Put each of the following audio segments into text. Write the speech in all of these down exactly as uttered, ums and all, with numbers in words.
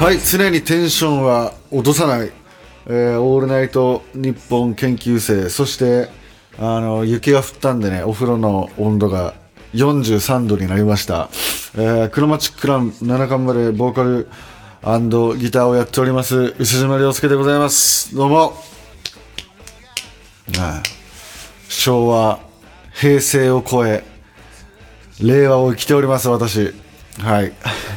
はい、常にテンションは落とさない、えー、オールナイト日本研究生、そしてあの雪が降ったんでね、お風呂の温度がよんじゅうさんどになりました。えー、クロマチックラン七冠までボーカル&ギターをやっております牛島亮介でございます。どうも。ああ、昭和平成を超え令和を生きております私。はい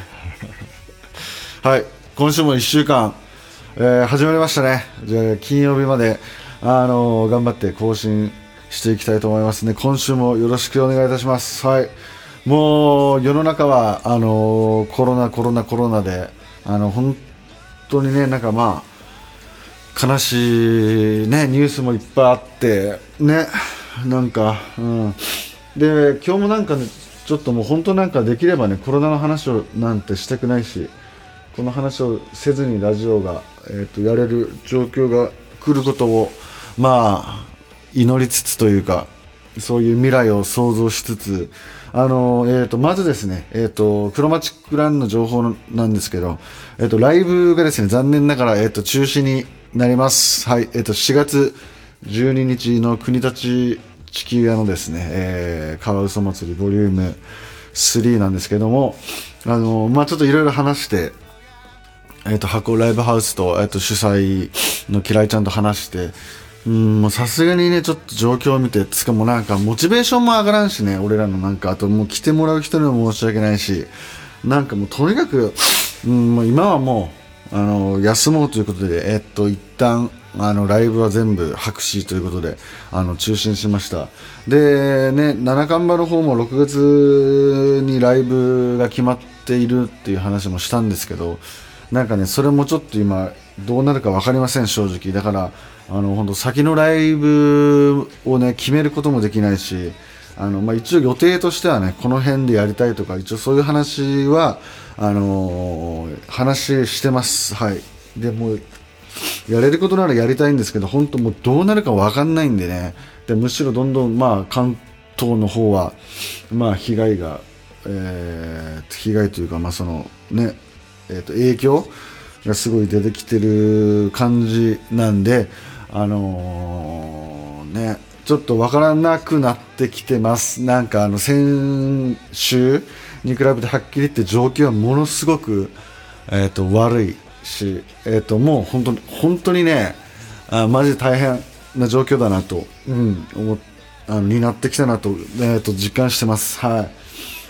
はい、今週もいっしゅうかん、えー、始まりましたね。じゃあ金曜日まで、あのー、頑張って更新していきたいと思いますね。今週もよろしくお願いいたします。はい、もう世の中はあのー、コロナコロナコロナであの本当にね、なんかまあ悲しいねニュースもいっぱいあってね、なんか、うん、で今日もなんかね、ちょっともう本当なんかできればねコロナの話をなんてしたくないし、この話をせずにラジオが、えー、とやれる状況が来ることをまあ祈りつつというか、そういう未来を想像しつつ、あのえー、とまずですね、えー、とクロマチックランの情報なんですけど、えー、とライブがですね残念ながら、えー、と中止になります。はい、えー、としがつじゅうににちの国立地球屋のですね、えー、カワウソ祭りボリュームスリーなんですけども、あのまあちょっといろいろ話して、えー、と箱ライブハウスと、えー、と主催のキライちゃんと話して、うん、もうさすがにねちょっと状況を見て、つかもなんかモチベーションも上がらんしね、俺らのなんか、あともう来てもらう人にも申し訳ないし、なんかもうとにかく、うん、もう今はもうあの休もうということで、えっと一旦あのライブは全部白紙ということであの中止にしました。でね、七冠場の方もろくがつにライブが決まっているっていう話もしたんですけど、なんかねそれもちょっと今どうなるか分かりません、正直。だからあの本当先のライブをね決めることもできないし、あの、まあ、一応予定としてはねこの辺でやりたいとか、一応そういう話はあのー、話してます。はい。でもやれることならやりたいんですけど、本当もうどうなるか分かんないんでね。でむしろどんどんまあ関東の方はまあ被害が、えー、被害というかまあそのねえー、と影響がすごい出てきてる感じなんで、あのー、ねちょっとわからなくなってきてます。なんかあの先週に比べてはっきり言って状況はものすごく、えー、と悪いし、えー、ともう本当に本当にね、あマジで大変な状況だなと、うん、思あのになってきたなと、えー、と実感してます。はい。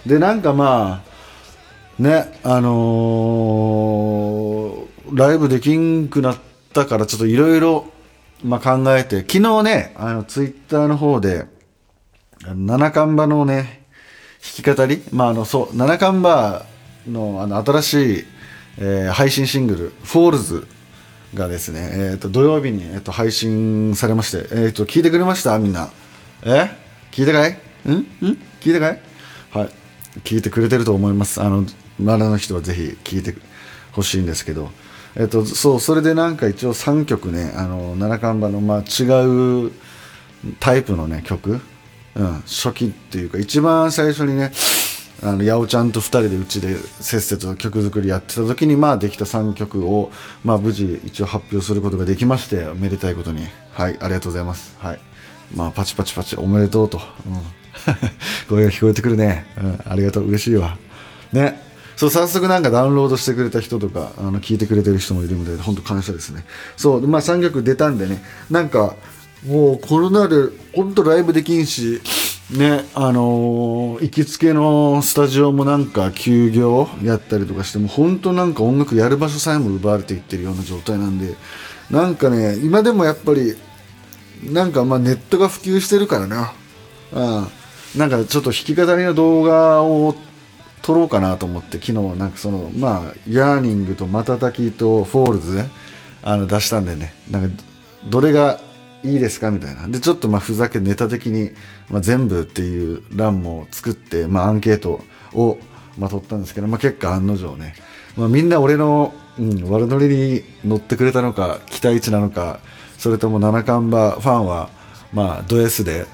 でなんかまあね、あのー、ライブできんくなったからちょっといろいろ考えて、昨日ねあのツイッターの方で七冠場のね弾き語り、まああのそう七冠場のあの新しい、えー、配信シングルフォールズがですね、えー、と土曜日に、えー、と配信されまして、えー、と聞いてくれましたみんな？え聞いたかい？んん聞いたかい？はい、聞いてくれてると思います。あのまだの人はぜひ聞いてほしいんですけど、えっとそうそれでなんか一応さんきょくね、あの七冠場のまあ違うタイプのね曲、うん、初期っていうか一番最初にね、あの八百ちゃんとふたりでうちでせっせと曲作りやってた時にまあできたさんきょくをまあ無事一応発表することができまして、めでたいことに、はい、ありがとうございます。はい、まあパチパチパチおめでとうと、うん声が聞こえてくるね、うん、ありがとう、嬉しいわね。そう早速なんかダウンロードしてくれた人とかあの聞いてくれてる人もいるので本当感謝ですね。そうまあさんきょく出たんでね、なんかもうコロナで本当ライブできんしね、あのー、行きつけのスタジオもなんか休業やったりとかして、も本当なんか音楽やる場所さえも奪われていってるような状態なんで、なんかね今でもやっぱりなんかまあネットが普及してるからな、あなんかちょっと弾き語りの動画を撮ろうかなと思って、昨日なんかそのまあヤーニングと瞬きとフォールズねあの出したんでね、なんかどれがいいですかみたいなで、ちょっとまあふざけネタ的に、まあ、全部っていう欄も作って、まあ、アンケートを、まあ、取ったんですけど、まあ、結果案の定ね、まあ、みんな俺の、うん、悪ノリに乗ってくれたのか期待値なのか、それとも七冠馬ファンはまあド S で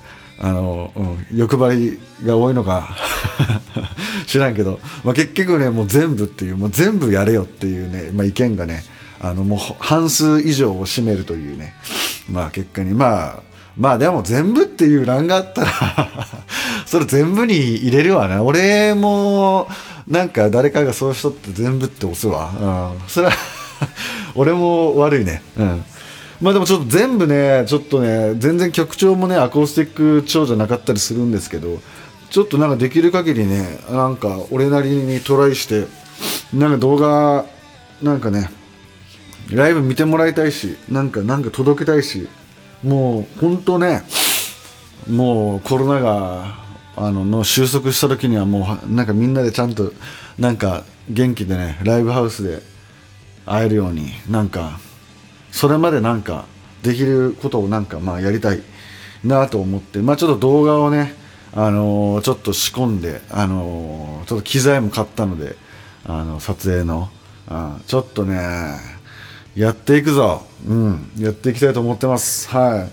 あの、うん、欲張りが多いのか知らんけど、まあ、結局ねもう全部っていうもう全部やれよっていうね、まあ、意見がねあのもう半数以上を占めるというね、まあ結果にまあまあでも全部っていう欄があったらそれ全部に入れるわな。俺もなんか誰かがそうしとって全部って押すわ、うん、それは俺も悪いね、うん、まあでもちょっと全部ねちょっとね全然曲調もねアコースティック調じゃなかったりするんですけど、ちょっとなんかできる限りねなんか俺なりにトライしてなんか動画なんかねライブ見てもらいたいしなんかなんか届けたいし、もう本当ねもうコロナがあのの収束した時にはもうなんかみんなでちゃんとなんか元気でねライブハウスで会えるようになんかそれまでなんかできることをなんかまあやりたいなと思って、まあちょっと動画をねあのー、ちょっと仕込んであのー、ちょっと機材も買ったのであの撮影のあちょっとねやっていくぞ、うんやっていきたいと思ってます。はい、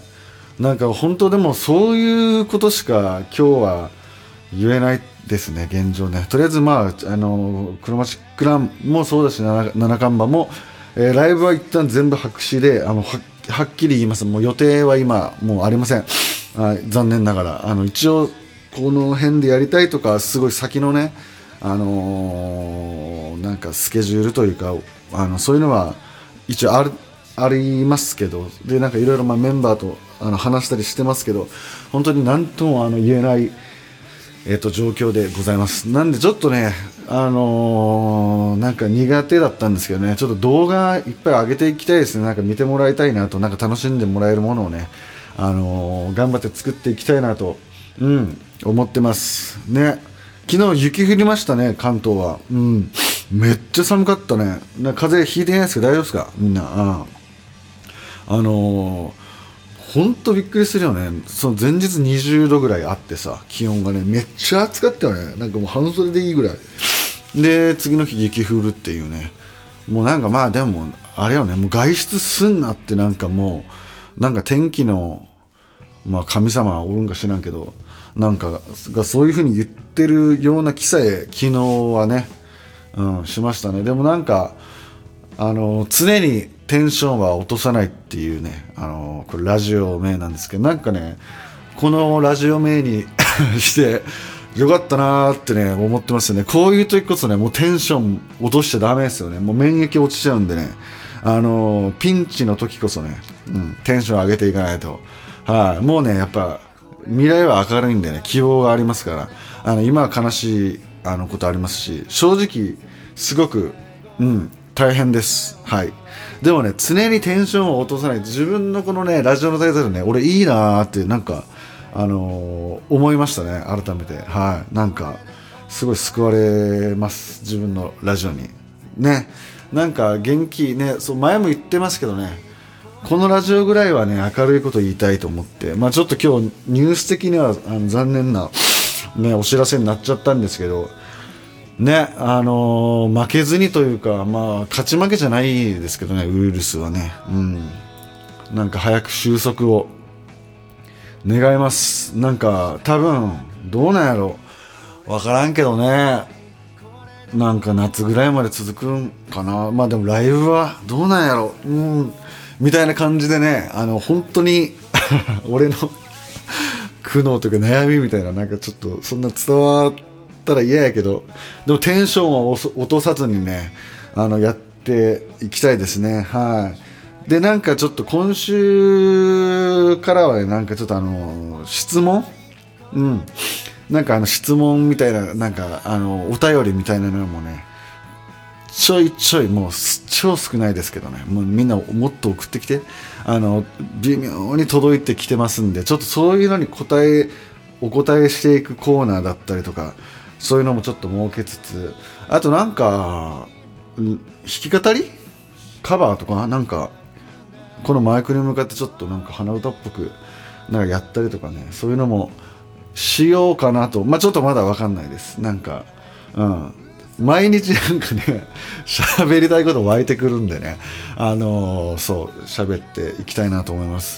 なんか本当でもそういうことしか今日は言えないですね現状ね。とりあえずまああのクロマチックランもそうだし七冠馬も、えー、ライブは一旦全部白紙であの は, はっきり言います。もう予定は今もうありません。はい、残念ながらあの一応この辺でやりたいとかすごい先のねあのー、なんかスケジュールというかあのそういうのは一応あるありますけど、でなんかいろいろメンバーとあの話したりしてますけど本当に何ともあの言えない、えー、と状況でございます。なんでちょっとねあのー、なんか苦手だったんですけどねちょっと動画いっぱい上げていきたいですね。なんか見てもらいたいなとなんか楽しんでもらえるものをね、あのー、頑張って作っていきたいなと、うん、思ってますね。昨日雪降りましたね関東は、うん、めっちゃ寒かったね。なんか風邪ひいてないですか大丈夫ですかみんな。ああのー、ほんとびっくりするよね。その前日にじゅうどぐらいあってさ気温がねめっちゃ暑かったよね。なんかもう半袖でいいぐらいで次の日雪降るっていうね。もうなんかまあでもあれよねもう外出すんなってなんかもうなんか天気のまあ神様はおるんか知らんけどなんかがそういう風に言ってるような気さえ昨日はね、うん、しましたね。でもなんかあの常にテンションは落とさないっていうねあのこれラジオ名なんですけどなんかねこのラジオ名にしてよかったなーってね思ってますよね。こういう時こそねもうテンション落としちゃダメですよね。もう免疫落ちちゃうんでねあのピンチの時こそね、うん、テンション上げていかないと、はい、もうねやっぱ未来は明るいんでね希望がありますから。あの今は悲しいあのことありますし正直すごく、うん、大変です。はい。でもね常にテンションを落とさない自分のこのねラジオのタイトルね俺いいなーってなんかあのー、思いましたね改めて。はい。なんかすごい救われます自分のラジオにね。なんか元気ねそう前も言ってますけどねこのラジオぐらいはね明るいこと言いたいと思って、まあちょっと今日ニュース的にはあの残念なねお知らせになっちゃったんですけどねあのー、負けずにというかまあ勝ち負けじゃないですけどねウイルスはね、うん、なんか早く収束を願います。なんか多分どうなんやろわからんけどねなんか夏ぐらいまで続くんかな。まあでもライブはどうなんやろうんみたいな感じでねあの本当に俺の苦悩というか悩みみたいななんかちょっとそんな伝わったら嫌やけどでもテンションを落とさずにねあのやっていきたいですね。はいでなんかちょっと今週からはねなんかちょっとあの質問うんなんかあの質問みたいななんかあのお便りみたいなのもねちょいちょいもう超少ないですけどねもうみんなもっと送ってきてあの微妙に届いてきてますんでちょっとそういうのに答えお答えしていくコーナーだったりとかそういうのもちょっと設けつつあとなんか弾き語りカバーとかなんかこのマイクに向かってちょっとなんか鼻歌っぽくなんかやったりとかねそういうのもしようかなとまあちょっとまだ分かんないです。なんかうん毎日なんかね喋りたいこと湧いてくるんでねあのー、そう喋っていきたいなと思います。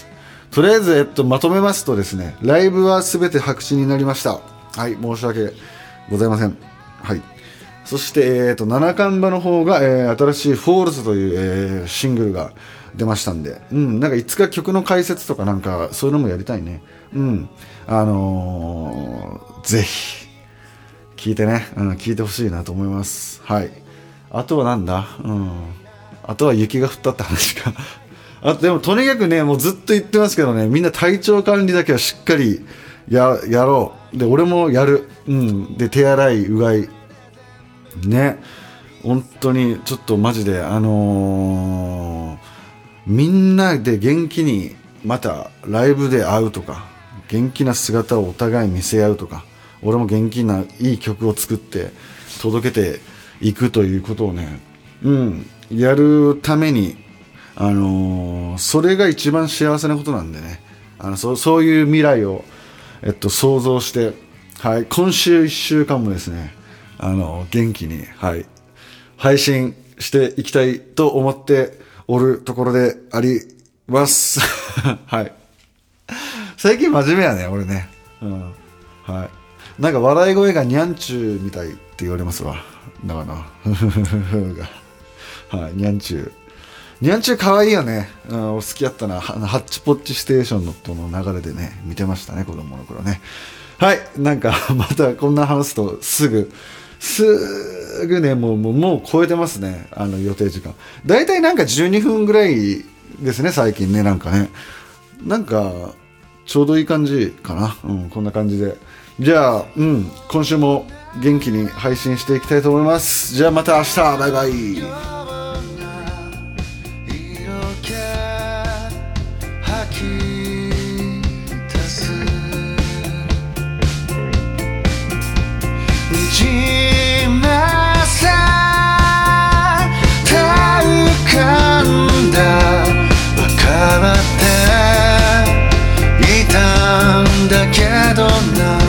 とりあえず、えっと、まとめますとですね、ライブはすべて白紙になりました。はい、申し訳ございません。はい。そして、えっと、七冠馬の方が、えー、新しいフォールズという、えー、シングルが出ましたんで、うん、なんかいつか曲の解説とかなんか、そういうのもやりたいね。うん。あのー、ぜひ、聞いてね、うん、聞いてほしいなと思います。はい。あとはなんだうん。あとは雪が降ったって話か。あでもとにかくね、もうずっと言ってますけどね、みんな体調管理だけはしっかりや、やろう。で、俺もやる。うん。で、手洗い、うがい。ね。本当に、ちょっとマジで、あのー、みんなで元気に、またライブで会うとか、元気な姿をお互い見せ合うとか、俺も元気ないい曲を作って届けていくということをね、うん、やるために、あのー、それが一番幸せなことなんでね、あのそそういう未来を、えっと、想像して、はい、今週いっしゅうかんもですね、あのー、元気に、はい、配信していきたいと思っておるところであります。はい。最近真面目やね、俺ね。うん。はい。なんか笑い声がニャンチューみたいって言われますわ。だからな。はい、ニャンチュー。ニャンチュー可愛いよね。うん、好きやったな。ハッチポッチステーションのとの流れでね、見てましたね、子供の頃ね。はい。なんか、またこんな話すとすぐ、すぐね、もう、もう、もう超えてますね。あの予定時間。だいたいなんかじゅうにふんぐらいですね、最近ね、なんかね。なんか、ちょうどいい感じかな。うん、こんな感じで。じゃあ、うん、今週も元気に配信していきたいと思います。じゃあまた明日、バイバイ。だけどな